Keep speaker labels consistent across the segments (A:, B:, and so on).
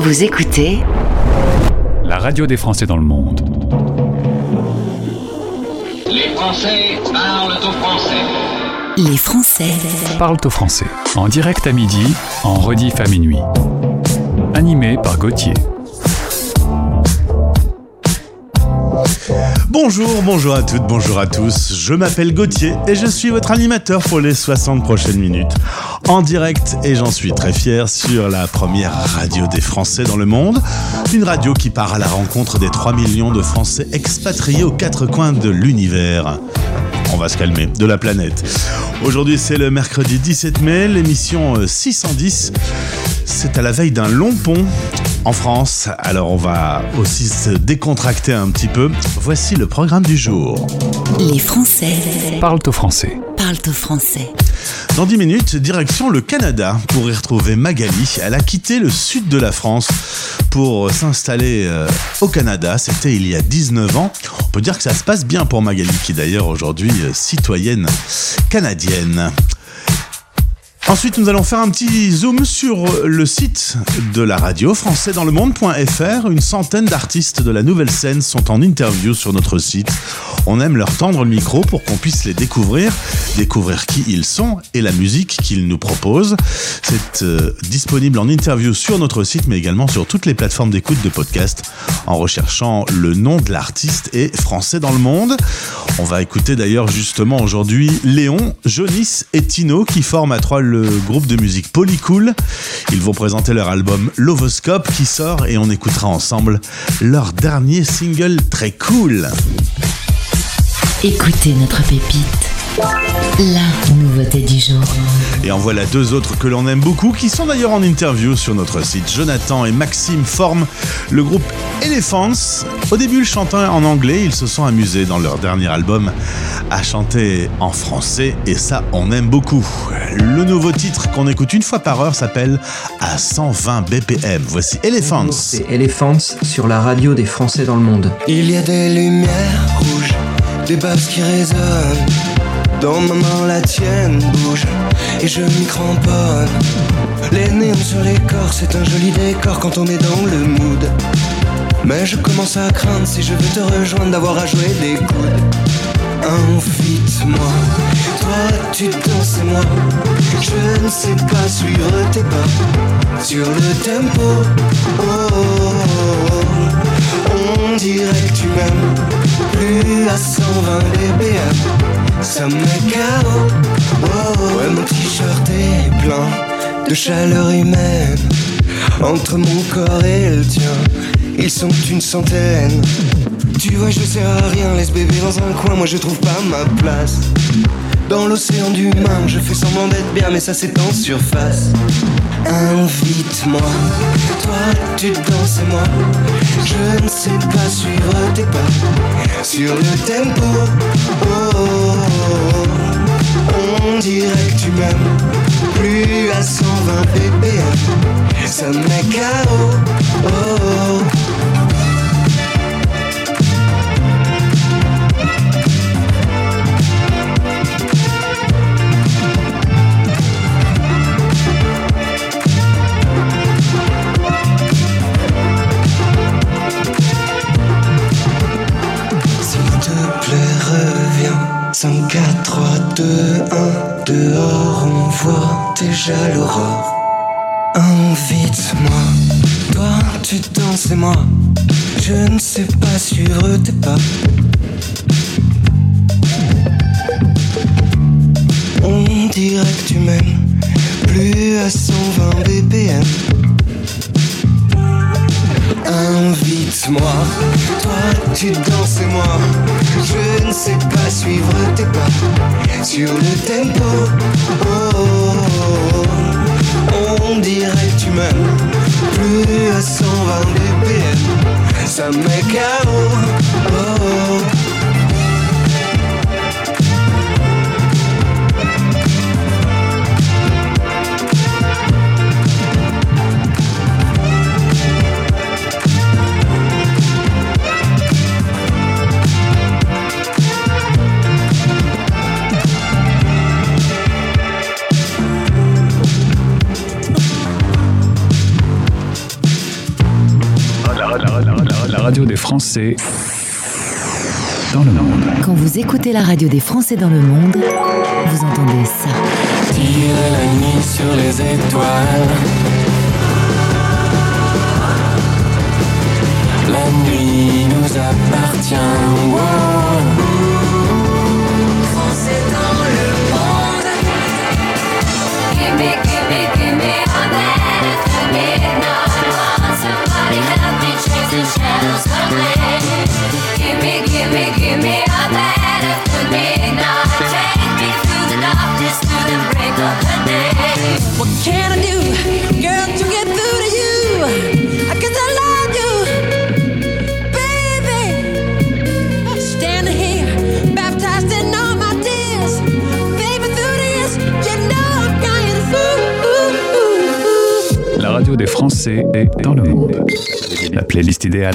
A: Vous écoutez
B: la radio des Français dans le monde.
C: Les Français parlent au français.
A: Les Français
B: Parlent au français. En direct à midi, en rediff à minuit. Animé par Gauthier.
D: Bonjour à toutes, bonjour à tous. Je m'appelle Gauthier et je suis votre animateur pour les 60 prochaines minutes. En direct, et j'en suis très fier, sur la première radio des Français dans le monde. Une radio qui part à la rencontre des 3 millions de Français expatriés aux quatre coins de l'univers. On va se calmer, de la planète. Aujourd'hui, c'est le mercredi 17 mai, l'émission 610. C'est à la veille d'un long pont en France. Alors on va aussi se décontracter un petit peu. Voici le programme du jour.
A: Les Français
B: Parlent au français.
A: parlent au français.
D: Dans 10 minutes, direction le Canada pour y retrouver Magali. Elle a quitté le sud de la France pour s'installer au Canada. C'était il y a 19 ans. On peut dire que ça se passe bien pour Magali, qui est d'ailleurs aujourd'hui citoyenne canadienne. Ensuite, nous allons faire un petit zoom sur le site de la radio, françaisdanslemonde.fr. Une centaine d'artistes de la nouvelle scène sont en interview sur notre site. On aime leur tendre le micro pour qu'on puisse les découvrir qui ils sont et la musique qu'ils nous proposent. C'est disponible en interview sur notre site, mais également sur toutes les plateformes d'écoute de podcast en recherchant le nom de l'artiste et Français dans le monde. On va écouter d'ailleurs justement aujourd'hui Léon, Jonis et Tino qui forment à trois le groupe de musique Polycool. Ils vont présenter leur album Lovoscope qui sort et on écoutera ensemble leur dernier single très cool.
A: Écoutez notre pépite, la nouveauté du jour.
D: Et en voilà deux autres que l'on aime beaucoup, qui sont d'ailleurs en interview sur notre site. Jonathan et Maxime forment le groupe Elephants. Au début, le chantant en anglais, ils se sont amusés dans leur dernier album à chanter en français, et ça, on aime beaucoup. Le nouveau titre qu'on écoute une fois par heure s'appelle À 120 BPM. Voici Elephants.
E: Bonjour, c'est Elephants sur la radio des Français dans le monde.
F: Il y a des lumières rouges, des basses qui résonnent. Dans ma main la tienne bouge et je m'y cramponne. Les néons sur les corps, c'est un joli décor quand on est dans le mood. Mais je commence à craindre si je veux te rejoindre d'avoir à jouer des coudes. Invite-moi, toi tu danses et moi je ne sais pas suivre tes pas sur le tempo. Oh, oh, oh. On dirait que tu m'aimes plus à 120 BPM. Ça me met KO. Oh, ouais, mon t-shirt est plein de chaleur humaine. Entre mon corps et le tien, ils sont une centaine. Tu vois, je sers à rien, laisse bébé dans un coin. Moi je trouve pas ma place dans l'océan d'humains. Je fais semblant d'être bien, mais ça c'est en surface. Invite-moi, toi tu danses et moi je ne sais pas suivre tes pas sur le tempo. Oh, oh, oh. On dirait que tu m'aimes plus à 120 BPM. Ça me met KO. Oh, oh. S'il te plaît, reviens. 5, 4, 3, 2, 1. Dehors, on voit déjà l'aurore. Invite-moi, toi tu danses et moi je ne sais pas suivre tes pas. On dirait que tu m'aimes plus à 120 BPM. Invite-moi, toi tu danses et moi je ne sais pas suivre tes pas sur le tempo. Oh, oh, oh. On dirait que tu m'aimes plus à 120 BPM. Ça me met KO. Oh, oh.
B: radio des Français dans le monde.
A: Quand vous écoutez la radio des Français dans le monde, vous entendez ça.
F: Tire la nuit sur les étoiles. La nuit nous appartient. Wow.
G: Français dans le monde. Give me a man after midnight. Somebody help me chase the shadows away. Give me a man after midnight. Take me through the darkness to the break of the day. What can I do, girl, to get through to you? 'Cause I love you, baby. Standing here, baptized in all my tears. Baby, through this, you know I'm crying through.
B: La radio des Français dans le monde. La playlist idéale.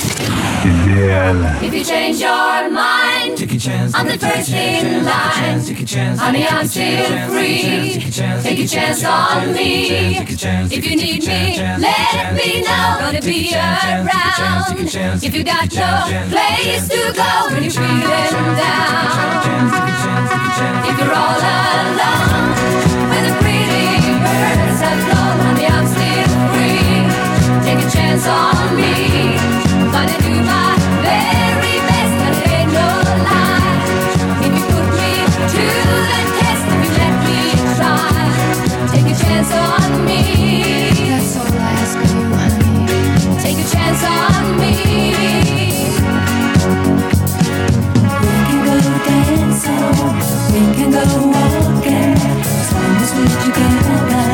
G: If you change your mind,
F: Take a chance,
G: I'm the first in line.
F: take a chance,
G: Honey, I'm still free. Take a chance on me.
F: take a chance.
G: If you need me, let me know. Gonna be around. If you got no place to go when you're feeling down. If you're all alone, when the pretty birds have flown, honey, I'm still free. Take a chance on me. Gonna do my very best, but it ain't no lie. If you put me to the test, if you let me try, take a chance on me. That's all I ask of you, honey. Take a chance on me. We can go dancing, we can go walking, as long as we're together.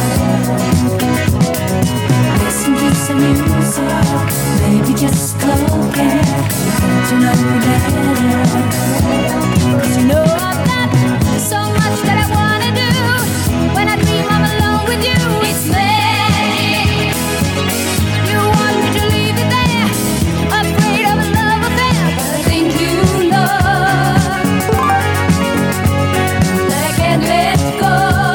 G: Listen to some music, maybe just talking, to know better. 'Cause you know I've got so much that I wanna do. When I dream I'm alone with you, it's magic. You want me to leave it there, afraid of a love affair, but I think you know that I can't let go.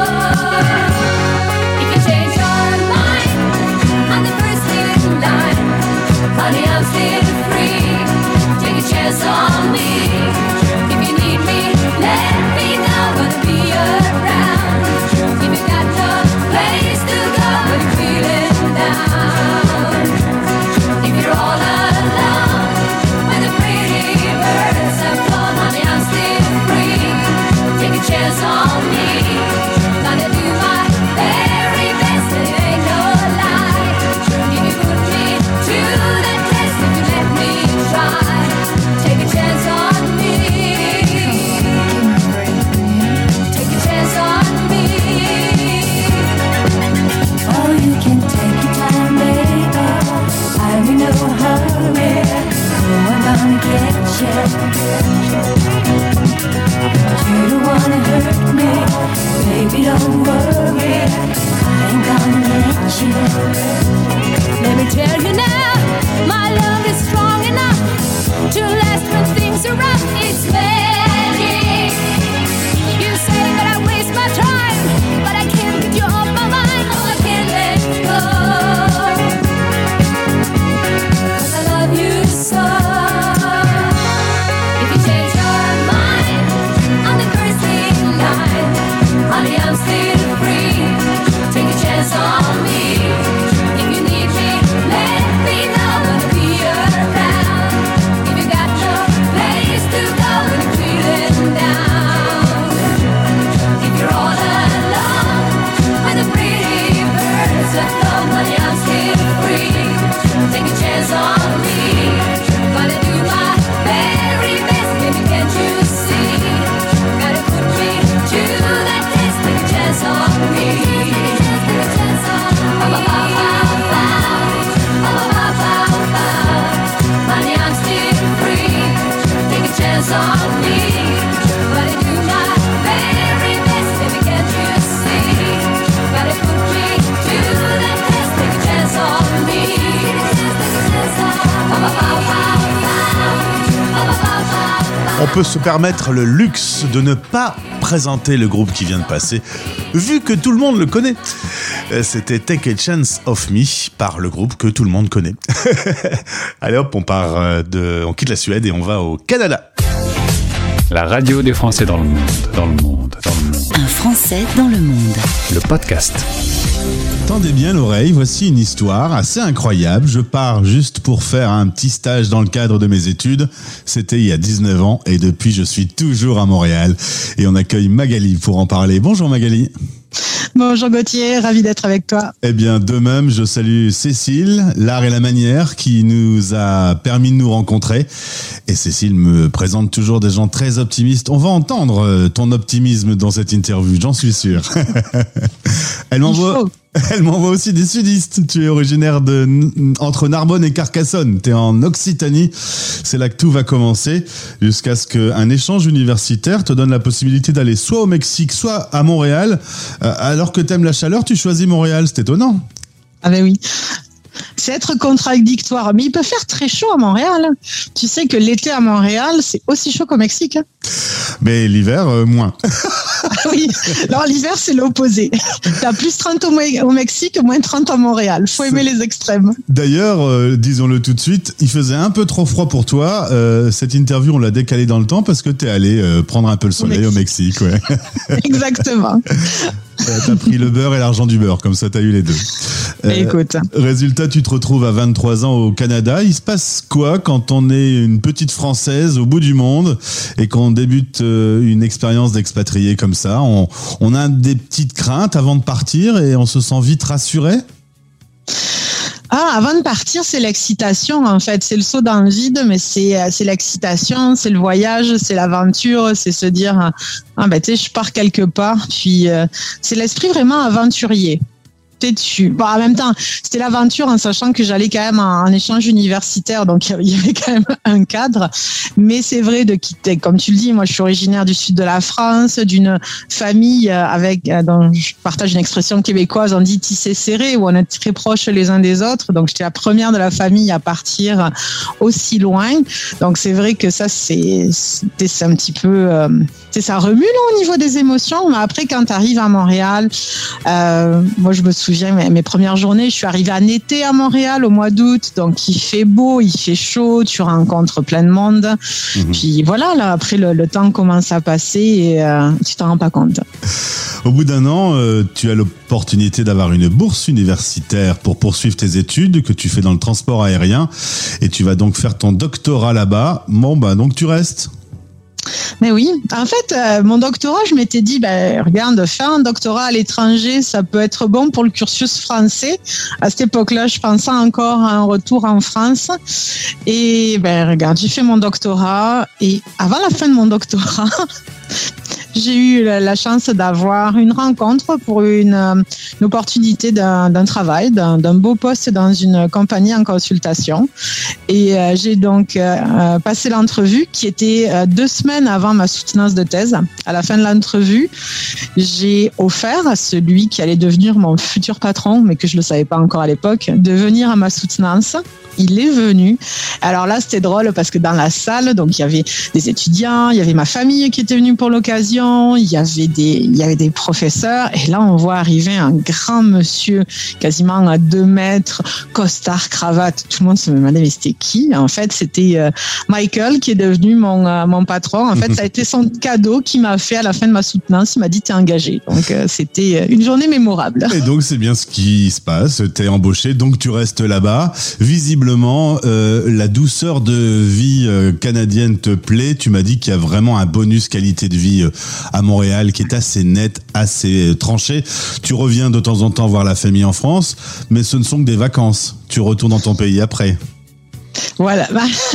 G: If you change your mind, I'm the first in line. Honey, I'm still free. Take a chance on me. If you need me, let me know. Gonna be around. If you got no place to go when you're feeling down. If you're all alone, when the pretty birds have flown, honey, I'm still free. Take a chance on me. Gonna do my very best, and it ain't no lie. If you put me to the test, if you let me try, take a chance on me. Take a chance on me. Oh, you can take your time, baby. I'm in no hurry. No, I'm gonna get you. But you don't wanna hurt me, baby, don't worry. I ain't gonna let you. Let me tell you now, my love is strong enough to last when things are rough. It's magic. You say that I waste my time, but I can't get you off my mind. Oh, I can't let go, 'cause I love you so. If you change your mind, I'm the first in line. Honey, I'm still free. Take a chance on me. If you need me, let me know. Gonna be around. If you got no place to go when
D: On peut se permettre le luxe de ne pas présenter le groupe qui vient de passer, vu que tout le monde le connaît. C'était Take a Chance of Me par le groupe que tout le monde connaît. Allez hop, on quitte la Suède et on va au Canada.
B: La radio des Français dans le monde, dans le monde, dans le monde.
A: Un Français dans le monde.
B: Le podcast.
D: Tendez bien l'oreille, voici une histoire assez incroyable. Je pars juste pour faire un petit stage dans le cadre de mes études. C'était il y a 19 ans et depuis je suis toujours à Montréal. Et on accueille Magali pour en parler. Bonjour Magali.
H: Bonjour Gauthier, ravi d'être avec toi.
D: Eh bien, de même, je salue Cécile, l'art et la manière, qui nous a permis de nous rencontrer. Et Cécile me présente toujours des gens très optimistes. On va entendre ton optimisme dans cette interview, j'en suis sûr. Elle m'envoie aussi des sudistes. Tu es originaire entre Narbonne et Carcassonne. Tu es en Occitanie. C'est là que tout va commencer jusqu'à ce qu'un échange universitaire te donne la possibilité d'aller soit au Mexique, soit à Montréal. Alors que tu aimes la chaleur, tu choisis Montréal. C'est étonnant.
H: Ah ben oui. C'est être contradictoire. Mais il peut faire très chaud à Montréal. Tu sais que l'été à Montréal, c'est aussi chaud qu'au Mexique.
D: Mais l'hiver, moins.
H: Oui, alors l'hiver, c'est l'opposé. T'as plus 30 au Mexique, moins 30 à Montréal. Faut aimer les extrêmes.
D: D'ailleurs, disons-le tout de suite, il faisait un peu trop froid pour toi. Cette interview, on l'a décalée dans le temps parce que t'es allé prendre un peu le soleil au Mexique. Ouais.
H: Exactement.
D: T'as pris le beurre et l'argent du beurre, comme ça t'as eu les deux.
H: Écoute.
D: Résultat, tu te retrouves à 23 ans au Canada. Il se passe quoi quand on est une petite Française au bout du monde et qu'on débute une expérience d'expatrié comme ça? On a des petites craintes avant de partir et on se sent vite rassuré?
H: Avant de partir, c'est l'excitation, en fait. C'est le saut dans le vide, mais c'est l'excitation, c'est le voyage, c'est l'aventure, c'est se dire, tu sais, je pars quelque part. Puis, c'est l'esprit vraiment aventurier. En même temps, c'était l'aventure en sachant que j'allais quand même en échange universitaire, donc il y avait quand même un cadre. Mais c'est vrai de quitter, comme tu le dis, moi je suis originaire du sud de la France, d'une famille dont je partage une expression québécoise, on dit tissé serré, où on est très proches les uns des autres. Donc j'étais la première de la famille à partir aussi loin. Donc c'est vrai que ça c'est un petit peu, ça remue là, au niveau des émotions. Mais après quand tu arrives à Montréal, moi je me souviens mes premières journées, je suis arrivée en été à Montréal au mois d'août, donc il fait beau, il fait chaud, tu rencontres plein de monde. Puis voilà, là après le temps commence à passer et tu t'en rends pas compte.
D: Au bout d'un an, tu as l'opportunité d'avoir une bourse universitaire pour poursuivre tes études que tu fais dans le transport aérien et tu vas donc faire ton doctorat là-bas. Bon, donc tu restes.
H: Mais oui, en fait, mon doctorat, je m'étais dit, regarde, faire un doctorat à l'étranger, ça peut être bon pour le cursus français. À cette époque-là, je pensais encore à un retour en France. Et regarde, j'ai fait mon doctorat et avant la fin de mon doctorat, j'ai eu la chance d'avoir une rencontre pour une opportunité d'un travail, d'un beau poste dans une compagnie en consultation. Et j'ai donc passé l'entrevue qui était 2 semaines avant ma soutenance de thèse. À la fin de l'entrevue, j'ai offert à celui qui allait devenir mon futur patron, mais que je ne le savais pas encore à l'époque, de venir à ma soutenance. Il est venu. Alors là, c'était drôle parce que dans la salle, donc il y avait des étudiants, il y avait ma famille qui était venue pour l'occasion, il y avait des professeurs. Et là, on voit arriver un grand monsieur, quasiment à 2 mètres, costard, cravate. Tout le monde se demandait mais c'était qui? En fait, c'était Michael qui est devenu mon patron. En fait, ça a été son cadeau qu'il m'a fait à la fin de ma soutenance. Il m'a dit t'es engagé. Donc c'était une journée mémorable.
D: Et donc c'est bien ce qui se passe. T'es embauché, donc tu restes là-bas. Visiblement, la douceur de vie canadienne te plaît. Tu m'as dit qu'il y a vraiment un bonus qualité de vie à Montréal qui est assez net, assez tranché. Tu reviens de temps en temps voir la famille en France, mais ce ne sont que des vacances. Tu retournes dans ton pays après.
H: Voilà.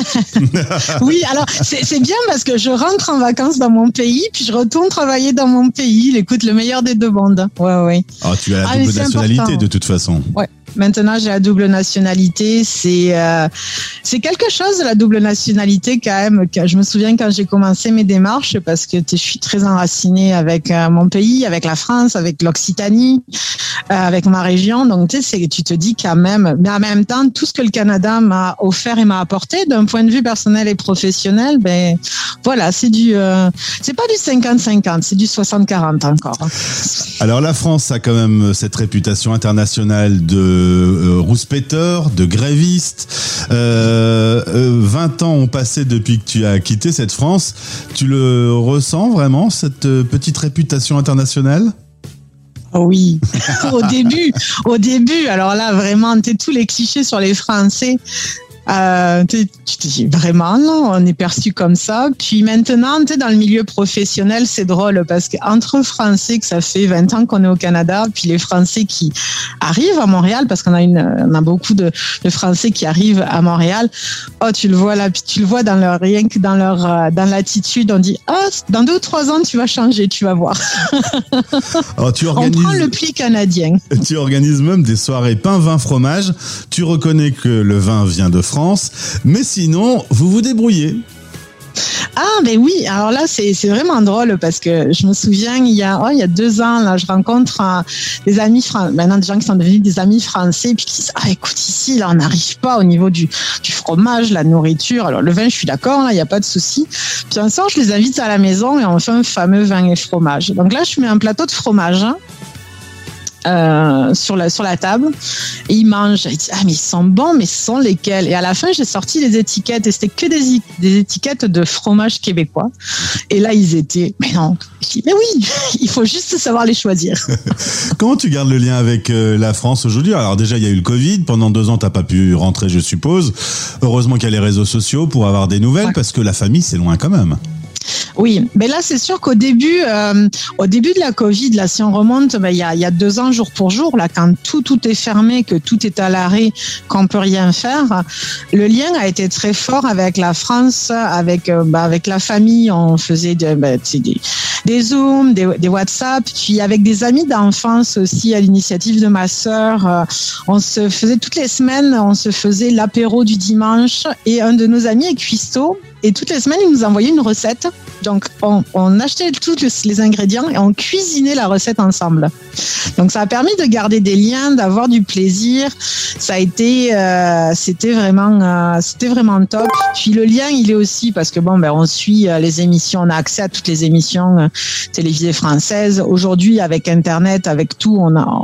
H: Oui, alors c'est bien parce que je rentre en vacances dans mon pays, puis je retourne travailler dans mon pays. Écoute, le meilleur des 2 mondes. Ouais.
D: Ah, tu as la double nationalité important. De toute façon.
H: Ouais. Maintenant, j'ai la double nationalité. C'est quelque chose, la double nationalité, quand même. Je me souviens quand j'ai commencé mes démarches, parce que je suis très enracinée avec mon pays, avec la France, avec l'Occitanie. avec ma région. Donc, tu sais, tu te dis quand même, mais en même temps, tout ce que le Canada m'a offert et m'a apporté d'un point de vue personnel et professionnel, ben, voilà, c'est pas du 50-50, c'est du 60-40 encore.
D: Alors la France a quand même cette réputation internationale de rouspéteur, de gréviste. 20 ans ont passé depuis que tu as quitté cette France. Tu le ressens vraiment, cette petite réputation internationale ?
H: Oui, au début, alors là, vraiment, tous les clichés sur les Français. Tu te dis vraiment, non, on est perçu comme ça. Puis maintenant, dans le milieu professionnel, c'est drôle parce qu'entre Français, que ça fait 20 ans qu'on est au Canada, puis les Français qui arrivent à Montréal, parce qu'on a beaucoup de Français qui arrivent à Montréal. Oh, tu le vois là, puis tu le vois dans l'attitude. On dit, dans 2 ou 3 ans, tu vas changer, tu vas voir.
D: Alors,
H: on prend le pli canadien.
D: Tu organises même des soirées pain, vin, fromage. Tu reconnais que le vin vient de France. Mais sinon, vous vous débrouillez.
H: Ah, ben oui, alors là, c'est vraiment drôle parce que je me souviens, il y a 2 ans, là, je rencontre des amis maintenant des gens qui sont devenus des amis français, puis qui disent, écoute, ici, là, on n'arrive pas au niveau du fromage, la nourriture. Alors, le vin, je suis d'accord, là, il n'y a pas de souci. Puis un soir, je les invite à la maison et on fait un fameux vin et fromage. Donc là, je mets un plateau de fromage, sur la table et ils mangent. Ils disent, mais ils sont bons, mais ce sont lesquels? Et à la fin, j'ai sorti les étiquettes et c'était que des étiquettes de fromage québécois. Et là, ils étaient, mais non. Je dis, mais oui, il faut juste savoir les choisir.
D: Comment tu gardes le lien avec la France aujourd'hui? Alors déjà, il y a eu le Covid. Pendant 2 ans, t'as pas pu rentrer, je suppose. Heureusement qu'il y a les réseaux sociaux pour avoir des nouvelles, parce que la famille, c'est loin quand même.
H: Oui, mais là, c'est sûr qu'au début de la Covid, là, si on remonte, il y a 2 ans, jour pour jour, là, quand tout est fermé, que tout est à l'arrêt, qu'on peut rien faire, le lien a été très fort avec la France, avec la famille. On faisait des Zooms, des WhatsApp, puis avec des amis d'enfance aussi, à l'initiative de ma sœur. On se faisait toutes les semaines, on se faisait l'apéro du dimanche, et un de nos amis est cuistot. Et toutes les semaines, il nous envoyait une recette. Donc, on achetait tous les ingrédients et on cuisinait la recette ensemble. Donc, ça a permis de garder des liens, d'avoir du plaisir. Ça a été, c'était vraiment top. Puis le lien, il est aussi parce que on suit les émissions, on a accès à toutes les émissions télévisées françaises. Aujourd'hui, avec Internet, avec tout,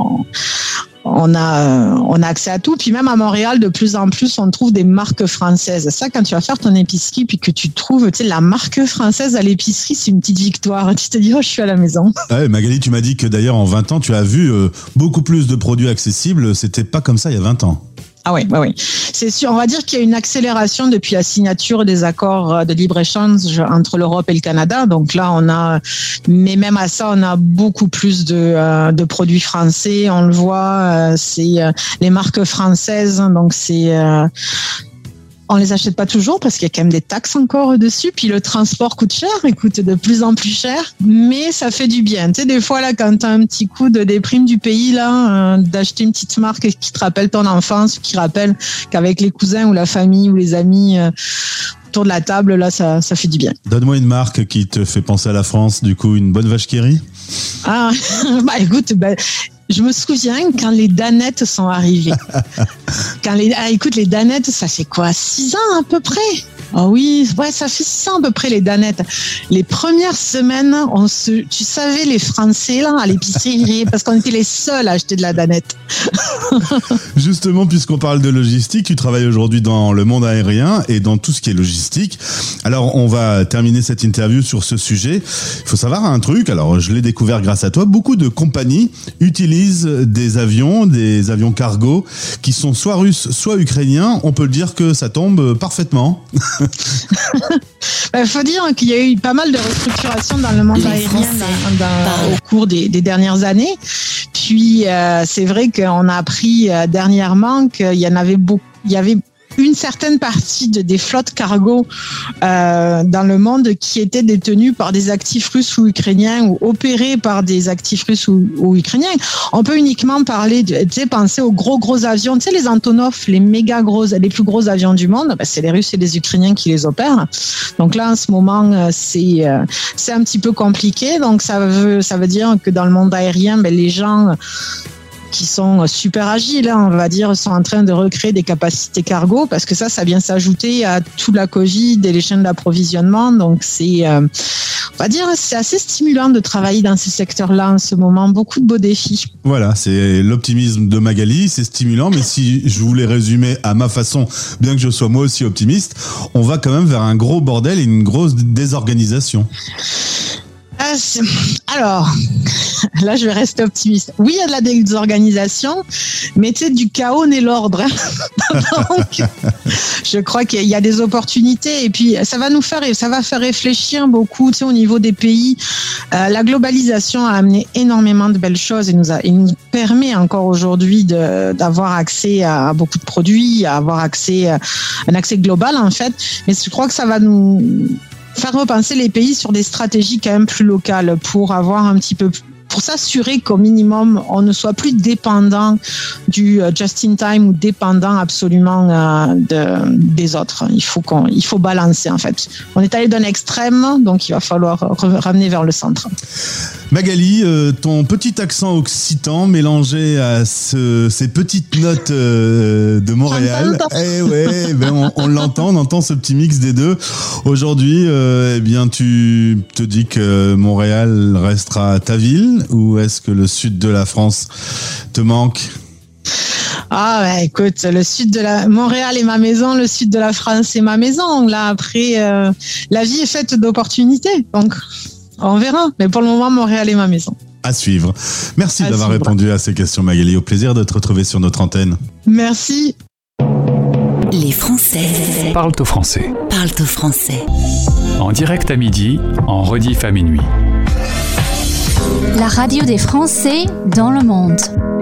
H: on a accès à tout. Puis même à Montréal, de plus en plus, on trouve des marques françaises. Ça, quand tu vas faire ton épicerie, puis que tu trouves, la marque française à l'épicerie, c'est une petite victoire. Tu te dis, je suis à la maison.
D: Ouais, Magali, tu m'as dit que d'ailleurs, en 20 ans, tu as vu beaucoup plus de produits accessibles. C'était pas comme ça il y a 20 ans.
H: Ah oui. C'est sûr. On va dire qu'il y a une accélération depuis la signature des accords de libre-échange entre l'Europe et le Canada. Donc là, mais même à ça, on a beaucoup plus de produits français. On le voit, c'est les marques françaises. Donc on les achète pas toujours parce qu'il y a quand même des taxes encore dessus. Puis le transport coûte cher, il coûte de plus en plus cher, mais ça fait du bien. Tu sais, des fois, là, quand tu as un petit coup de déprime du pays, là, d'acheter une petite marque qui te rappelle ton enfance, qui rappelle qu'avec les cousins ou la famille ou les amis autour de la table, là, ça fait du bien.
D: Donne-moi une marque qui te fait penser à la France, du coup, une bonne vache qui rit.
H: Écoute, je me souviens quand les Danettes sont arrivées. Les Danettes, ça fait quoi? 6 ans à peu près? Ah oui, ça fait 6 ans à peu près les Danettes. Les premières semaines, tu savais, les Français là à l'épicerie, parce qu'on était les seuls à acheter de la Danette.
D: Justement, puisqu'on parle de logistique, tu travailles aujourd'hui dans le monde aérien et dans tout ce qui est logistique. Alors, on va terminer cette interview sur ce sujet. Il faut savoir un truc, alors je l'ai découvert grâce à toi, beaucoup de compagnies utilisent des avions cargo qui sont soit russes, soit ukrainiens. On peut le dire que ça tombe parfaitement.
H: Faut dire qu'il y a eu pas mal de restructurations dans le monde aérien au cours des dernières années. Puis c'est vrai qu'on a appris dernièrement qu'il y en avait beaucoup. Il y avait une certaine partie des flottes cargo dans le monde qui étaient détenues par des actifs russes ou ukrainiens ou opérées par des actifs russes ou ukrainiens. On peut uniquement penser aux gros avions, les Antonov, les les plus gros avions du monde, c'est les Russes et les Ukrainiens qui les opèrent. Donc là, en ce moment, c'est un petit peu compliqué. Donc ça veut dire que dans le monde aérien, les gens qui qui sont super agiles, hein, on va dire, sont en train de recréer des capacités cargo parce que ça vient s'ajouter à toute la Covid et les chaînes d'approvisionnement. Donc c'est, on va dire, c'est assez stimulant de travailler dans ces secteurs-là en ce moment. Beaucoup de beaux défis.
D: Voilà, c'est l'optimisme de Magali, c'est stimulant, mais si je voulais résumer à ma façon, bien que je sois moi aussi optimiste, on va quand même vers un gros bordel et une grosse désorganisation.
H: Alors, là, je vais rester optimiste. Oui, il y a de la désorganisation, mais tu sais, du chaos naît l'ordre. Donc, je crois qu'il y a des opportunités et puis ça va faire réfléchir beaucoup, tu sais, au niveau des pays. La globalisation a amené énormément de belles choses et nous permet encore aujourd'hui d'avoir accès à beaucoup de produits, à avoir un accès global en fait. Mais je crois que ça va nous faire repenser les pays sur des stratégies quand même plus locales pour avoir un petit peu, pour s'assurer qu'au minimum on ne soit plus dépendant du just-in-time ou dépendant absolument des autres. Il faut balancer en fait. On est allé d'un extrême, donc il va falloir ramener vers le centre.
D: Magali, ton petit accent occitan mélangé à ces petites notes de Montréal, on l'entend, on entend ce petit mix des deux. Aujourd'hui, eh bien, tu te dis que Montréal restera ta ville ou est-ce que le sud de la France te manque ?
H: Ah ouais, écoute, le sud de Montréal est ma maison, le sud de la France est ma maison. Là après, la vie est faite d'opportunités, donc on verra. Mais pour le moment, Montréal est ma maison.
D: À suivre. Merci d'avoir répondu à ces questions, Magali. Au plaisir de te retrouver sur notre antenne.
H: Merci.
A: Les Français
B: Parle au français.
A: parlent au français.
B: En direct à midi, en rediff à minuit.
I: La radio des Français dans le monde.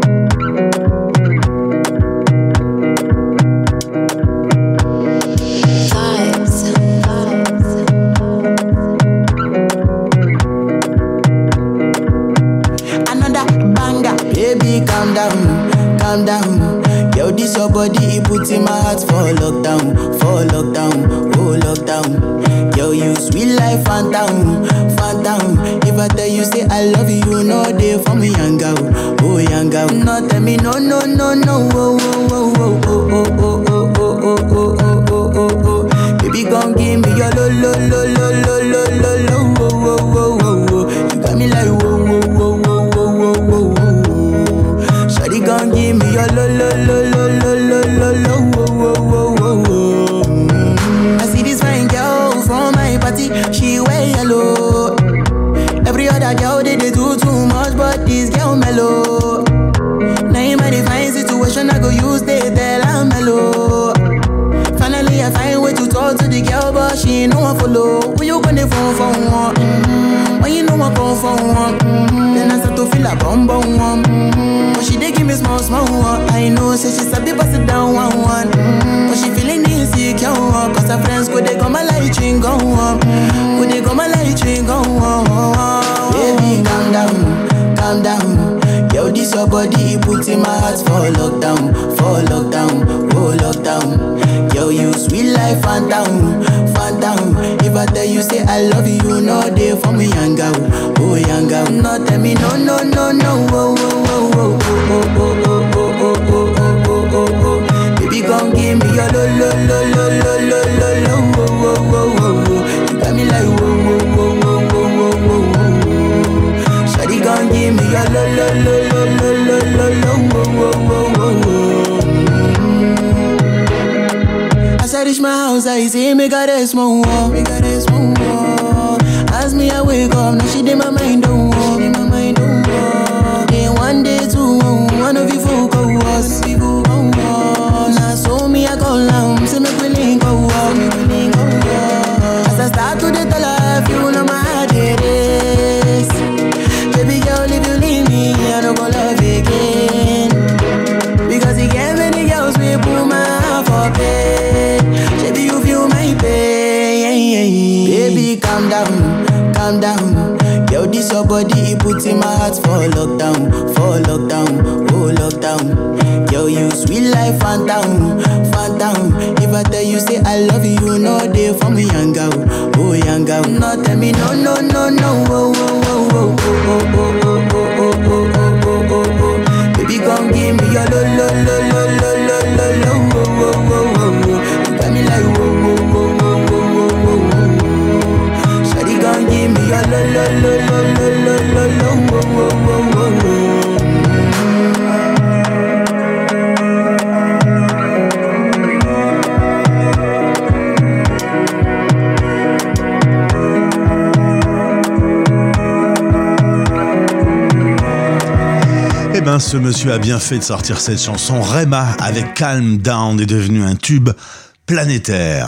J: Calm down. Yo, this your body, it puts in my heart for lockdown, oh lockdown. Yo, you sweet life, phantom. If I tell you say I love you, you know they for me, young girl, oh young girl. No, tell me no, oh, oh, oh, oh, oh, oh, oh, oh, oh, oh, oh. Baby, gon' give me your lo, oh, oh, oh, oh. You got me like whoa, whoa, whoa, whoa, whoa, whoa, whoa. Shawty gon' give me your lo, whoa, whoa, whoa, whoa. I see this fine girl from my party, she wear yellow. Every other girl they do too much, but this girl mellow. Now in my divine situation, I go use they tell I'm mellow. Finally I find way to talk to the girl, but she ain't no one follow. Who you gonna phone for one? When you know I come for one, then I start to feel a bum one. But she dey give me small one. I know, say she sabi pass it down one. But she feeling insecure, cause her friends go they come a light ring go on. Go they come a light ring go on. Baby, calm down. Yo, this your body, it puts in my heart for lockdown, oh lockdown. Yo, you sweet life, phantom. If I tell you say I love you, you know they for me, young girl, oh young girl. No, tell me no, oh, oh, oh, oh, oh, oh, oh, oh, oh, oh. Baby, gon' give me your lo, oh, oh, oh. You got me like whoa, whoa, whoa, whoa, whoa, whoa, whoa. Shawty gon' give me your lo, oh, oh, oh, oh. As I reach my house, I see me got a small wall. As me I wake up, now she did my mind don't walk. Then one day two, one of you folk go was. Now so me I go down, say me willing go walk. As I start to the life, you know my heart it is. Baby girl, if you leave me, I don't go love again. Because you gave many girls we put my heart for pain. Baby, you feel my pain. Baby, calm down. Yo, this your body, it puts in my heart for lockdown, oh lockdown. Yo, you sweet life, phantom. If I tell you say I love you, you know they for me, young girl, oh young girl. No, tell me no, oh, oh, oh, oh, oh, oh, oh, oh, oh, oh, oh, oh. Baby, gon' give
D: hein, ce monsieur a bien fait de sortir cette chanson. Rema avec Calm Down est devenu un tube planétaire.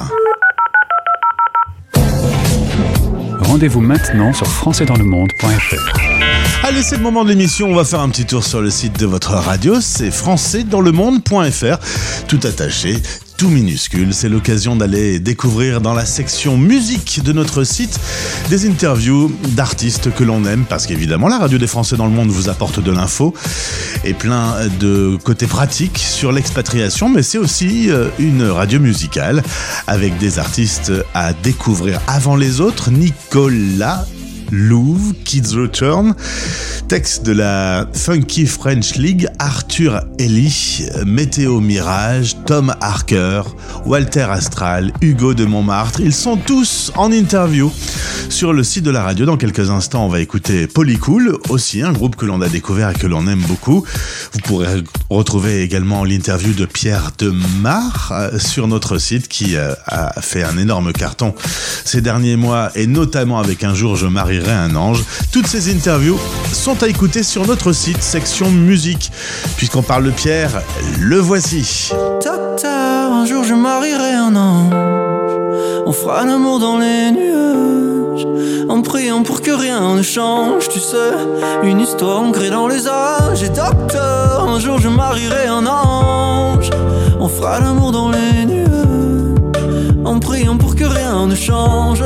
B: Rendez-vous maintenant sur françaisdanslemonde.fr.
D: Allez, c'est le moment de l'émission. On va faire un petit tour sur le site de votre radio. C'est françaisdanslemonde.fr. Tout attaché, tout minuscule. C'est l'occasion d'aller découvrir dans la section musique de notre site des interviews d'artistes que l'on aime, parce qu'évidemment la radio des Français dans le monde vous apporte de l'info et plein de côtés pratiques sur l'expatriation, mais c'est aussi une radio musicale avec des artistes à découvrir avant les autres. Nicolas Louve, Kids Return, texte de la Funky French League, Arthur Ellie, Météo Mirage, Tom Harker, Walter Astral, Hugo de Montmartre. Ils sont tous en interview sur le site de la radio. Dans quelques instants, on va écouter Polycool, aussi un groupe que l'on a découvert et que l'on aime beaucoup. Vous pourrez retrouver également l'interview de Pierre Demar sur notre site, qui a fait un énorme carton ces derniers mois, et notamment avec Un jour je marierai un ange. Toutes ces interviews sont à écouter sur notre site, section musique. Puisqu'on parle de Pierre, le voici.
F: Docteur, un jour je marierai un ange. On fera l'amour dans les nuages, en priant pour que rien ne change. Tu sais, une histoire ancrée dans les âges. Et docteur, un jour je marierai un ange. On fera l'amour dans les nuages, en priant pour que rien ne change.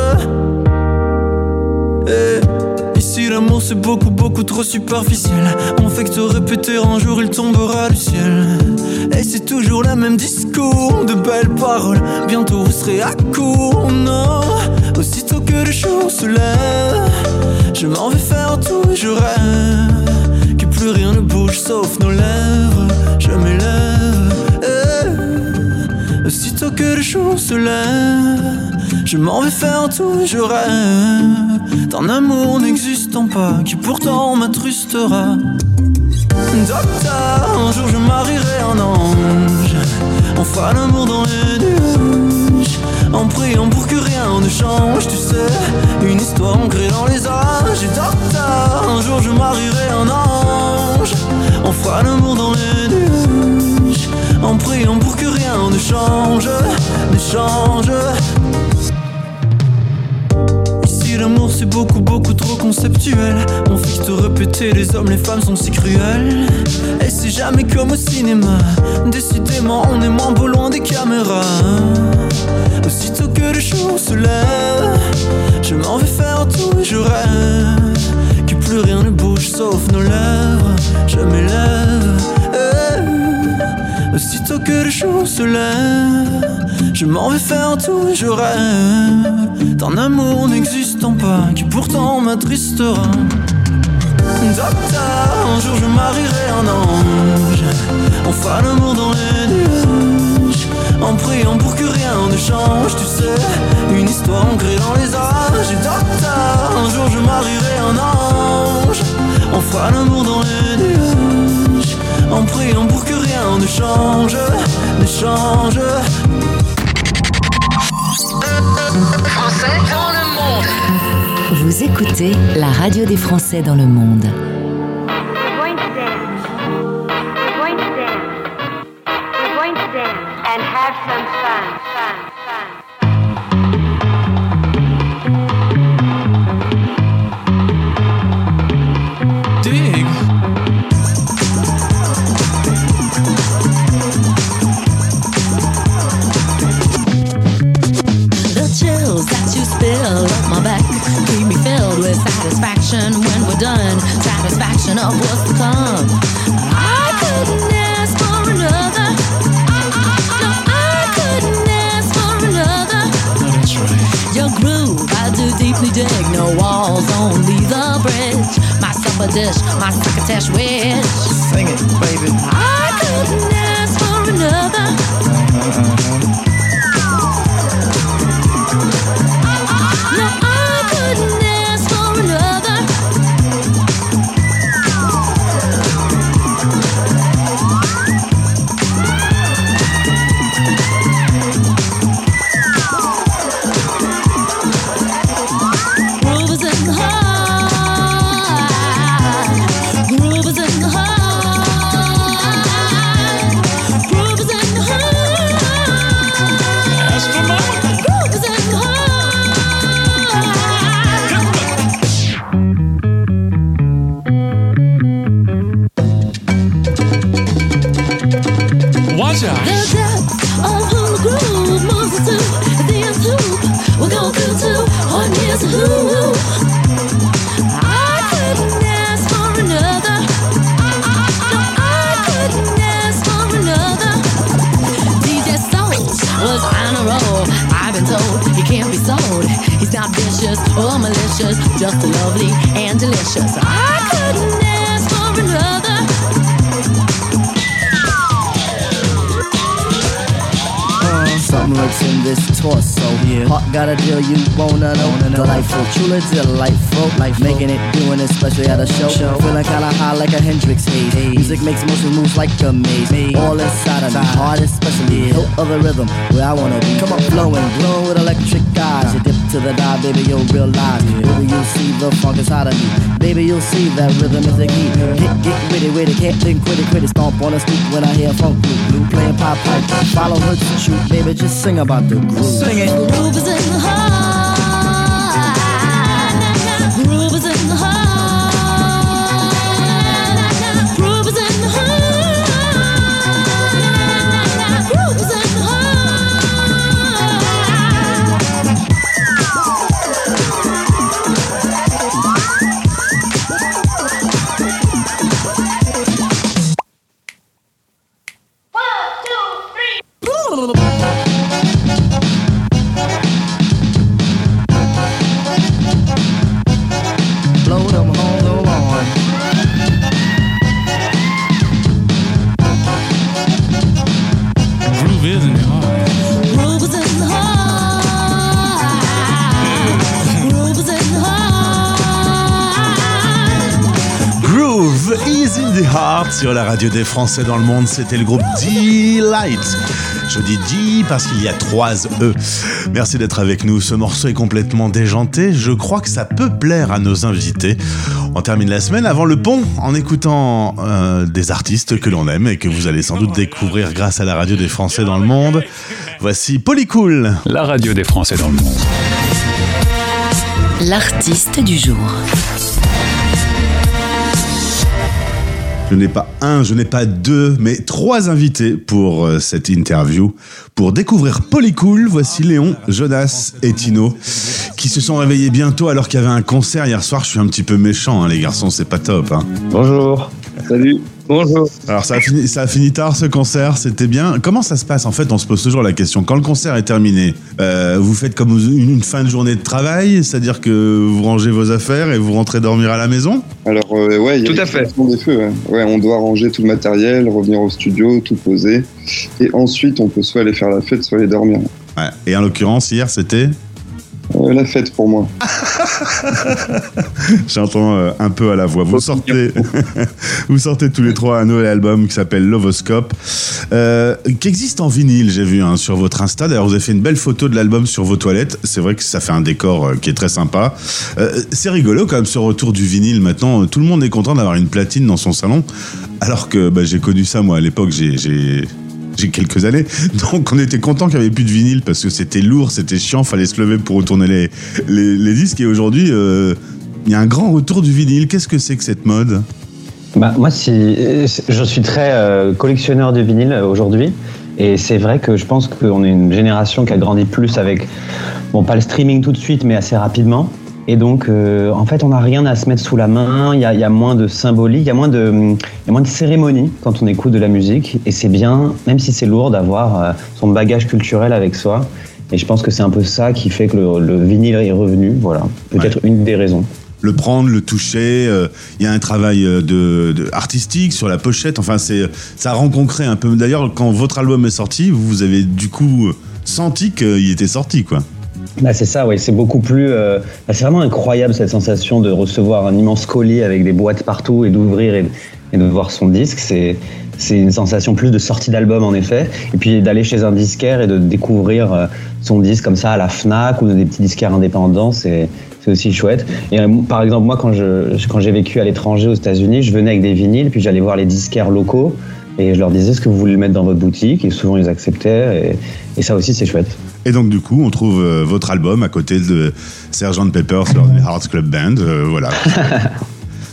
F: Et ici l'amour c'est beaucoup beaucoup trop superficiel. On fait que te répéter, un jour il tombera du ciel. Et c'est toujours le même discours, de belles paroles. Bientôt vous serez à court, non. Aussitôt que le jour se lève, je m'en vais faire tout et je rêve que plus rien ne bouge sauf nos lèvres. Je m'élève, aussitôt que le jour se lève, je m'en vais faire tout et je rêve d'un amour n'existant pas, qui pourtant m'attrustera. Docteur, un jour je marierai un ange. On fera l'amour dans les nuages, en priant pour que rien ne change. Tu sais, une histoire ancrée dans les âges. Et docteur, un jour je marierai un ange. On fera l'amour dans les nuages, en priant pour que rien ne change, ne change. L'amour c'est beaucoup beaucoup trop conceptuel. On fait que te répéter, les hommes les femmes sont si cruels. Et c'est jamais comme au cinéma, décidément on est moins beau loin des caméras. Aussitôt que le jour se lève, je m'en vais faire tout et je rêve que plus rien ne bouge sauf nos lèvres. Je m'élève, aussitôt que le jour se lève, je m'en vais faire tout et je rêve d'un amour n'existant pas, qui pourtant m'attristera. Docteur, un jour je marierai un ange. On fera l'amour dans les nuages, en priant pour que rien ne change. Tu sais, une histoire ancrée dans les âges. Et docteur, un jour je marierai un ange. On fera l'amour dans les nuages, en priant pour que rien ne change, ne change.
A: Français dans le monde. Vous écoutez la radio des Français dans le monde.
K: We're going to dance. We're going to dance. We're going to dance and have some fun.
F: Dig.
L: Chills that you spill up my back keep me filled with satisfaction when we're done. Satisfaction of what's to come. I couldn't ask for another. No, I couldn't ask for another.
F: That's right.
L: Your groove, I do deeply dig. No walls, only the bridge. My supper dish, my crocketesh wish.
F: Sing it, baby.
L: I couldn't ask for another. No, I couldn't ask for another. Groove is in the heart. Groove is in the heart. Watch out. The depth of who the groove moves to, the end loop. We'll go through to one year's who. I couldn't ask for another. No, I couldn't ask for another. DJ Soul was on a roll. I've been told he can't be sold. He's not vicious or malicious, just lovely and delicious. I couldn't ask for another.
M: Something lurks in this torso. Heart got a deal you wanna know. Delightful, truly delightful. Life making it, doing it, especially at a show. Feeling kinda high like a Hendrix haze. Music makes motion moves like a maze. All inside of me, heart especially. Hilt of the rhythm, where I wanna be. Come on, glowing with electric eyes. You dip to the dive, baby, you'll realize. Baby, you'll see the funk inside of me. Baby, you'll see that rhythm is the key. Get with it, can't think, quit it. Stomp on the street when I hear funk blue. Playing pop pipe, follow her to shoot, baby. Just sing about the groove.
L: Sing it. The groove is in the heart. The groove is in the heart. The groove is in the heart. The groove is in the heart.
D: Sur la radio des Français dans le monde, c'était le groupe Delight. Je dis D parce qu'il y a 3 E. Merci d'être avec nous. Ce morceau est complètement déjanté. Je crois que ça peut plaire à nos invités. On termine la semaine avant le pont en écoutant des artistes que l'on aime et que vous allez sans doute découvrir grâce à la radio des Français dans le monde. Voici Polycool.
B: La radio des Français dans le monde.
A: L'artiste du jour.
D: Je n'ai pas un, je n'ai pas 2, mais 3 invités pour cette interview. Pour découvrir Polycool, voici Léon, Jonas et Tino, qui se sont réveillés bientôt alors qu'il y avait un concert hier soir. Je suis un petit peu méchant, hein, les garçons, c'est pas top. Hein.
N: Bonjour. Salut. Bonjour.
D: Alors ça a fini tard ce concert, c'était bien. Comment ça se passe en fait? On se pose toujours la question. Quand le concert est terminé, vous faites comme une fin de journée de travail, c'est-à-dire que vous rangez vos affaires et vous rentrez dormir à la maison?
N: Alors ouais, il y a des feux. Ouais, on doit ranger tout le matériel, revenir au studio, tout poser, et ensuite on peut soit aller faire la fête, soit aller dormir.
D: Ouais. Et en l'occurrence hier c'était
N: la fête pour moi.
D: J'entends un peu à la voix. Vous sortez tous les 3 un nouvel album qui s'appelle Lovoscope, qui existe en vinyle, j'ai vu sur votre Insta. D'ailleurs, vous avez fait une belle photo de l'album sur vos toilettes. C'est vrai que ça fait un décor qui est très sympa. C'est rigolo quand même ce retour du vinyle. Maintenant, tout le monde est content d'avoir une platine dans son salon. Alors que j'ai connu ça, moi, à l'époque, j'ai quelques années, donc on était content qu'il n'y avait plus de vinyle parce que c'était lourd, c'était chiant, fallait se lever pour retourner les disques, et aujourd'hui il y a un grand retour du vinyle. Qu'est-ce que c'est que cette mode?
O: Moi je suis très collectionneur de vinyle aujourd'hui, et c'est vrai que je pense qu'on est une génération qui a grandi plus avec, pas le streaming tout de suite, mais assez rapidement. Et donc, en fait, on n'a rien à se mettre sous la main, il y a moins de symbolique, il y a moins de cérémonie quand on écoute de la musique. Et c'est bien, même si c'est lourd, d'avoir son bagage culturel avec soi. Et je pense que c'est un peu ça qui fait que le vinyle est revenu. Voilà, peut-être une des raisons.
D: Le prendre, le toucher, il y a un travail artistique sur la pochette. Enfin, ça rend concret un peu. D'ailleurs, quand votre album est sorti, vous avez du coup senti qu'il était sorti, quoi.
O: C'est ça, oui, c'est beaucoup plus... c'est vraiment incroyable cette sensation de recevoir un immense colis avec des boîtes partout et d'ouvrir et de voir son disque. C'est une sensation plus de sortie d'album en effet. Et puis d'aller chez un disquaire et de découvrir son disque comme ça à la Fnac ou des petits disquaires indépendants, c'est aussi chouette. Et par exemple, moi quand j'ai vécu à l'étranger aux États-Unis, je venais avec des vinyles, puis j'allais voir les disquaires locaux et je leur disais est-ce que vous voulez le mettre dans votre boutique, et souvent ils acceptaient, et ça aussi c'est chouette.
D: Et donc du coup on trouve votre album à côté de Sgt Pepper's Lonely Hearts Club Band, voilà.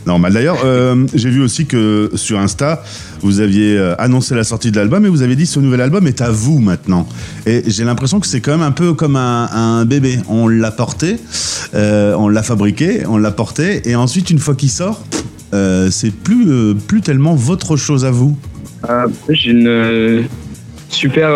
D: Normal. D'ailleurs, j'ai vu aussi que sur Insta, vous aviez annoncé la sortie de l'album et vous avez dit ce nouvel album est à vous maintenant. Et j'ai l'impression que c'est quand même un peu comme un bébé. On l'a porté, on l'a fabriqué, on l'a porté et ensuite une fois qu'il sort, c'est plus tellement votre chose à vous.
P: J'ai une super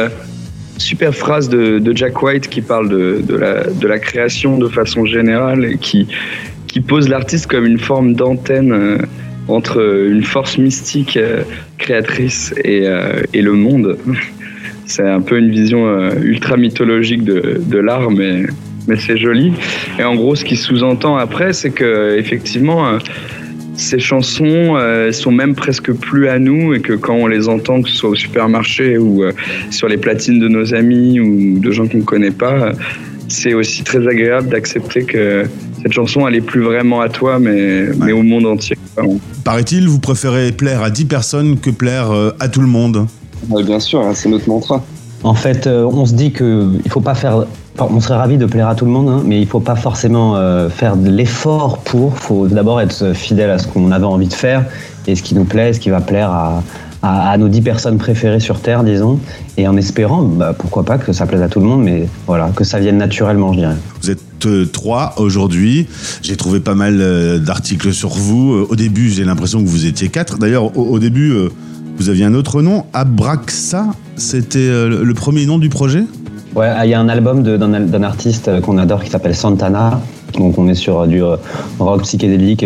P: phrase de Jack White qui parle de la création de façon générale et qui pose l'artiste comme une forme d'antenne entre une force mystique créatrice et le monde. C'est un peu une vision ultra mythologique de l'art, mais c'est joli. Et en gros, ce qui sous-entend après, c'est que effectivement, ces chansons sont même presque plus à nous et que quand on les entend, que ce soit au supermarché ou sur les platines de nos amis ou de gens qu'on ne connaît pas, c'est aussi très agréable d'accepter que cette chanson, elle est plus vraiment à toi, mais au monde entier.
D: Paraît-il, vous préférez plaire à 10 personnes que plaire à tout le monde.
N: Bien sûr, c'est notre mantra.
O: En fait, on se dit qu'il faut pas faire... On serait ravis de plaire à tout le monde, hein, mais il faut pas forcément faire de l'effort pour. Il faut d'abord être fidèle à ce qu'on avait envie de faire et ce qui nous plaît, ce qui va plaire à nos 10 personnes préférées sur Terre, disons, et en espérant, pourquoi pas, que ça plaise à tout le monde, mais voilà, que ça vienne naturellement, je dirais.
D: Vous êtes 3 aujourd'hui. J'ai trouvé pas mal d'articles sur vous. Au début, j'ai l'impression que vous étiez 4. D'ailleurs, au début, vous aviez un autre nom, Abraxa. C'était le premier nom du projet ?
O: Ouais, il y a un album d'un artiste qu'on adore qui s'appelle Santana. Donc on est sur du rock psychédélique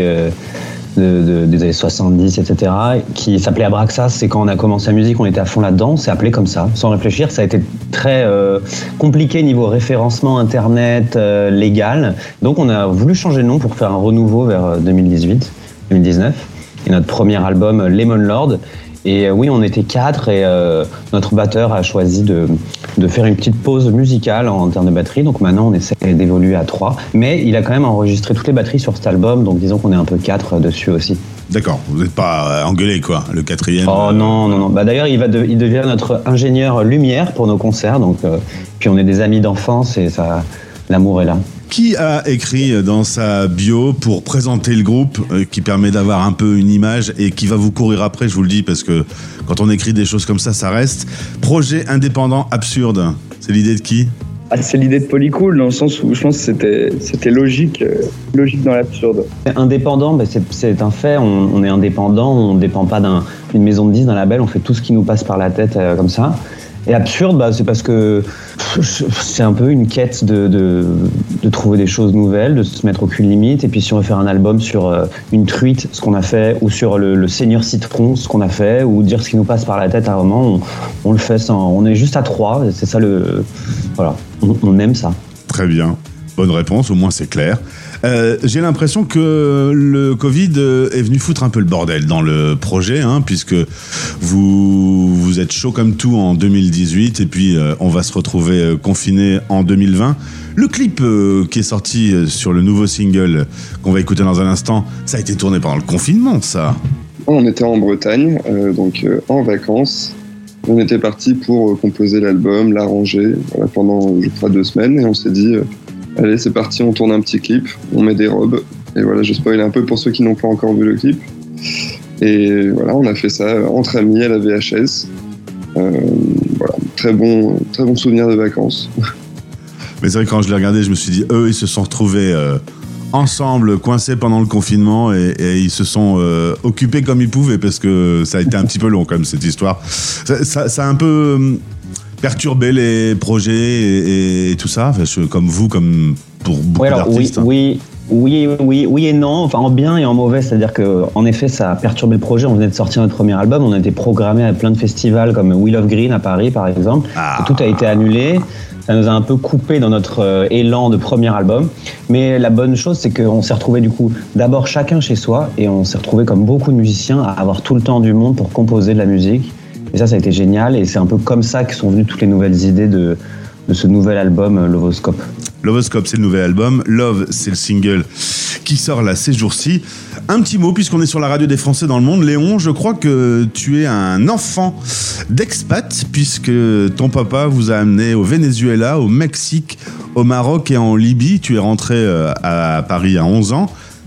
O: des années 70, etc. qui s'appelait Abraxas. C'est quand on a commencé la musique, on était à fond là-dedans. C'est appelé comme ça, sans réfléchir. Ça a été très compliqué niveau référencement internet, légal. Donc on a voulu changer de nom pour faire un renouveau vers 2018-2019. Et notre premier album, Lemon Lord. Et oui, on était 4 et notre batteur a choisi de faire une petite pause musicale en termes de batterie. Donc maintenant, on essaie d'évoluer à 3. Mais il a quand même enregistré toutes les batteries sur cet album. Donc disons qu'on est un peu 4 dessus aussi.
D: D'accord, vous n'êtes pas engueulé quoi, le 4e.
O: Oh non. D'ailleurs, il devient notre ingénieur lumière pour nos concerts. Donc, puis on est des amis d'enfance et l'amour est là.
D: Qui a écrit dans sa bio pour présenter le groupe, qui permet d'avoir un peu une image et qui va vous courir après, je vous le dis, parce que quand on écrit des choses comme ça reste. Projet indépendant absurde, c'est l'idée de qui ?
P: C'est l'idée de Polycool, dans le sens où je pense que c'était logique dans l'absurde.
O: Indépendant, c'est un fait, on est indépendant, on ne dépend pas d'une maison de disques, d'un label, on fait tout ce qui nous passe par la tête comme ça. Et absurde, c'est parce que c'est un peu une quête de trouver des choses nouvelles, de se mettre aucune limite. Et puis si on veut faire un album sur une truite, ce qu'on a fait, ou sur le Seigneur Citron, ce qu'on a fait, ou dire ce qui nous passe par la tête à un moment, on le fait on est juste à 3. C'est ça voilà, on aime ça.
D: Très bien. Bonne réponse, au moins c'est clair. J'ai l'impression que le Covid est venu foutre un peu le bordel dans le projet, puisque vous êtes chaud comme tout en 2018 et puis on va se retrouver confiné en 2020. Le clip qui est sorti sur le nouveau single qu'on va écouter dans un instant, ça a été tourné pendant le confinement, ça.
N: On était en Bretagne, donc en vacances. On était parti pour composer l'album, l'arranger pendant, je crois, 2 semaines et on s'est dit... Allez, c'est parti, on tourne un petit clip, on met des robes. Et voilà, je spoil un peu pour ceux qui n'ont pas encore vu le clip. Et voilà, on a fait ça entre amis à la VHS. Voilà, très bon souvenir de vacances.
D: Mais c'est vrai que quand je l'ai regardé, je me suis dit, eux, ils se sont retrouvés ensemble, coincés pendant le confinement et ils se sont occupés comme ils pouvaient parce que ça a été un petit peu long quand même, cette histoire. Ça a un peu... perturber les projets et tout ça, comme vous, comme pour beaucoup d'artistes.
O: Oui et non, enfin en bien et en mauvais, c'est-à-dire qu'en effet ça a perturbé le projet. On venait de sortir notre premier album, on a été programmé à plein de festivals comme Wheel of Green à Paris par exemple, et tout a été annulé. Ça nous a un peu coupé dans notre élan de premier album, mais la bonne chose c'est qu'on s'est retrouvés du coup d'abord chacun chez soi et on s'est retrouvés comme beaucoup de musiciens à avoir tout le temps du monde pour composer de la musique. Et ça a été génial et c'est un peu comme ça que sont venues toutes les nouvelles idées de ce nouvel album Lovoscope.
D: Lovoscope, c'est le nouvel album. Love, c'est le single qui sort là ces jours-ci. Un petit mot, puisqu'on est sur la radio des Français dans le monde. Léon, je crois que tu es un enfant d'expat, puisque ton papa vous a amené au Venezuela, au Mexique, au Maroc et en Libye. Tu es rentré à Paris à 11 ans.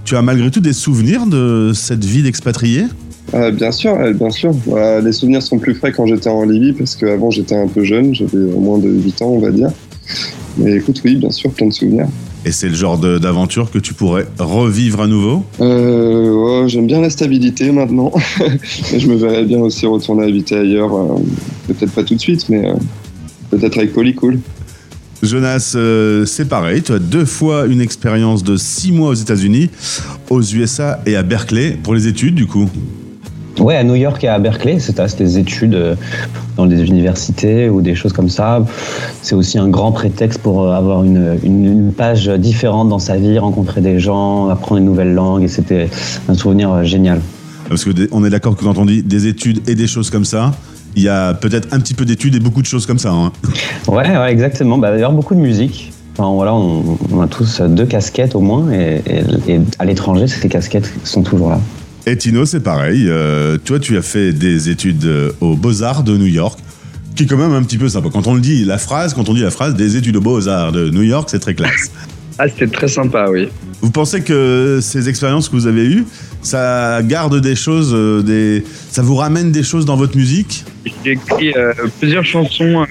D: Tu as malgré tout des souvenirs de cette vie d'expatrié ?
N: Bien sûr. Les souvenirs sont plus frais quand j'étais en Libye, parce qu'avant j'étais un peu jeune, j'avais moins de 8 ans, on va dire. Mais écoute, oui, bien sûr, plein de souvenirs.
D: Et c'est le genre d'aventure que tu pourrais revivre à nouveau ?
N: J'aime bien la stabilité maintenant. Je me verrais bien aussi retourner habiter ailleurs. Peut-être pas tout de suite, mais peut-être avec Polycool.
D: Jonas, c'est pareil. Tu as 2 fois une expérience de 6 mois aux États-Unis, aux USA et à Berkeley pour les études, du coup.
O: Ouais, à New York et à Berkeley, c'était des études dans des universités ou des choses comme ça. C'est aussi un grand prétexte pour avoir une page différente dans sa vie, rencontrer des gens, apprendre une nouvelle langue, et c'était un souvenir génial.
D: Parce qu'on est d'accord que quand on dit des études et des choses comme ça, il y a peut-être un petit peu d'études et beaucoup de choses comme ça. Hein.
O: Ouais, exactement. D'ailleurs, beaucoup de musique. Enfin, voilà, on a tous 2 casquettes au moins, et à l'étranger, ces casquettes sont toujours là.
D: Et Tino, c'est pareil. Toi, tu as fait des études aux Beaux-Arts de New York, qui est quand même un petit peu sympa. Quand on dit la phrase, des études aux Beaux-Arts de New York, c'est très classe.
P: C'était très sympa, oui.
D: Vous pensez que ces expériences que vous avez eues, ça garde des choses, ça vous ramène des choses dans votre musique ?
P: J'ai écrit plusieurs chansons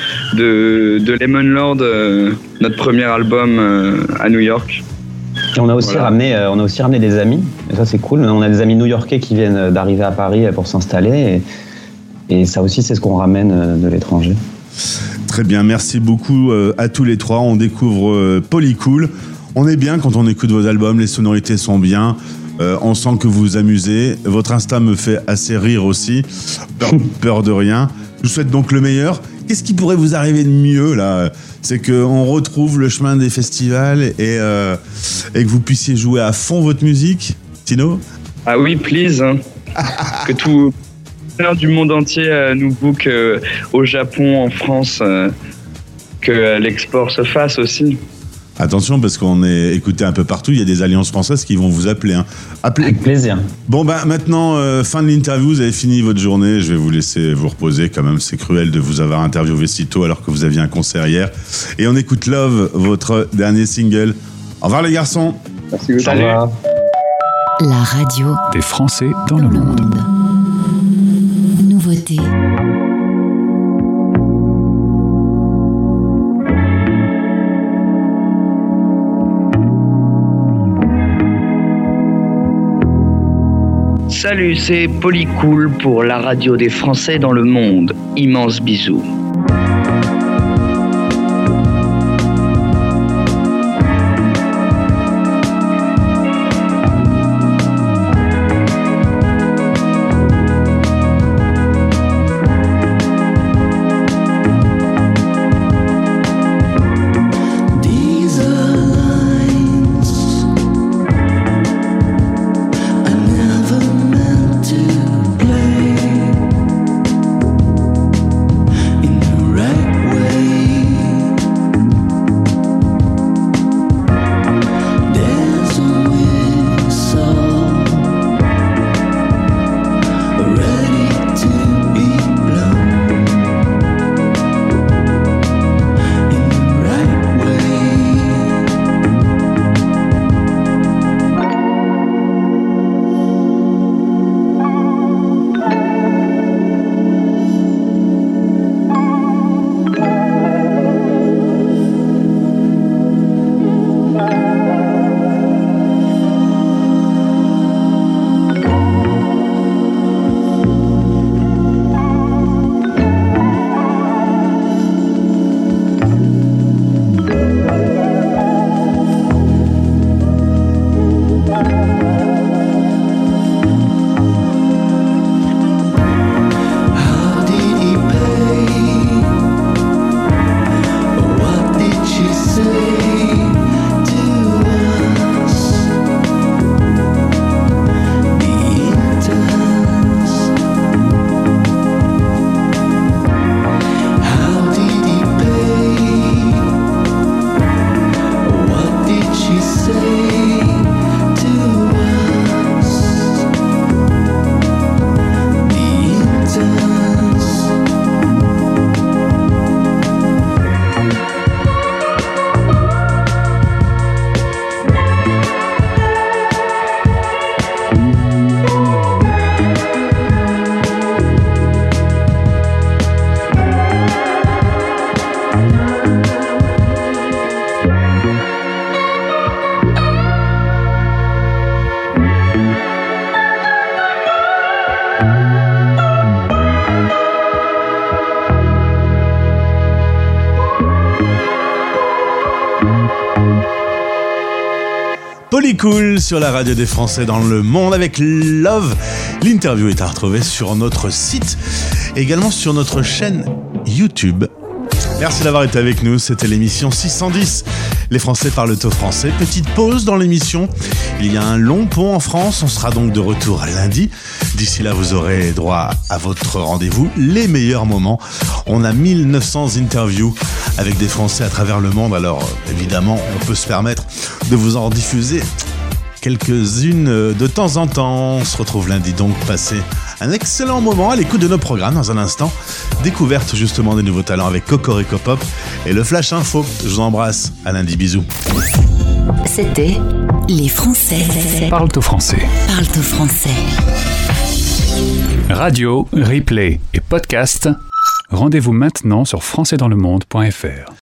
P: de Lemon Lord, notre premier album à New York.
O: Et on a aussi ramené des amis, et ça c'est cool. On a des amis new-yorkais qui viennent d'arriver à Paris pour s'installer, et ça aussi c'est ce qu'on ramène de l'étranger.
D: Très bien, merci beaucoup à tous les 3. On découvre Polycool. On est bien quand on écoute vos albums, les sonorités sont bien, on sent que vous vous amusez. Votre Insta me fait assez rire aussi, peur de rien. Je vous souhaite donc le meilleur. Qu'est-ce qui pourrait vous arriver de mieux là ? C'est qu'on retrouve le chemin des festivals et que vous puissiez jouer à fond votre musique, Tino ?
P: Ah oui, please. Hein. Que tout du monde entier nous book au Japon, en France, que l'export se fasse aussi.
D: Attention, parce qu'on est écouté un peu partout, il y a des alliances françaises qui vont vous appeler. Hein.
O: Avec plaisir.
D: Bon, maintenant, fin de l'interview, vous avez fini votre journée, je vais vous laisser vous reposer quand même, c'est cruel de vous avoir interviewé si tôt alors que vous aviez un concert hier. Et on écoute Love, votre dernier single. Au revoir les garçons.
N: Merci beaucoup.
P: Salut.
A: La radio
B: des Français dans le monde.
A: Nouveauté.
Q: Salut, c'est Polycool pour la radio des Français dans le monde. Immense bisous.
F: In
D: Polycool sur la radio des Français dans le monde avec Love. L'interview est à retrouver sur notre site, également sur notre chaîne YouTube. Merci d'avoir été avec nous, c'était l'émission 610. Les Français parlent au français. Petite pause dans l'émission. Il y a un long pont en France, on sera donc de retour lundi. D'ici là, vous aurez droit à votre rendez-vous, les meilleurs moments. On a 1900 interviews avec des Français à travers le monde, alors évidemment, on peut se permettre de vous en diffuser quelques-unes de temps en temps. On se retrouve lundi donc, passez un excellent moment à l'écoute de nos programmes. Dans un instant, découverte justement des nouveaux talents avec Cocorico Pop et le Flash Info. Je vous embrasse, à lundi, bisous.
A: C'était Les Français
B: Parle au français.
A: Parle au français.
B: Radio, replay et podcast. Rendez-vous maintenant sur françaisdanslemonde.fr.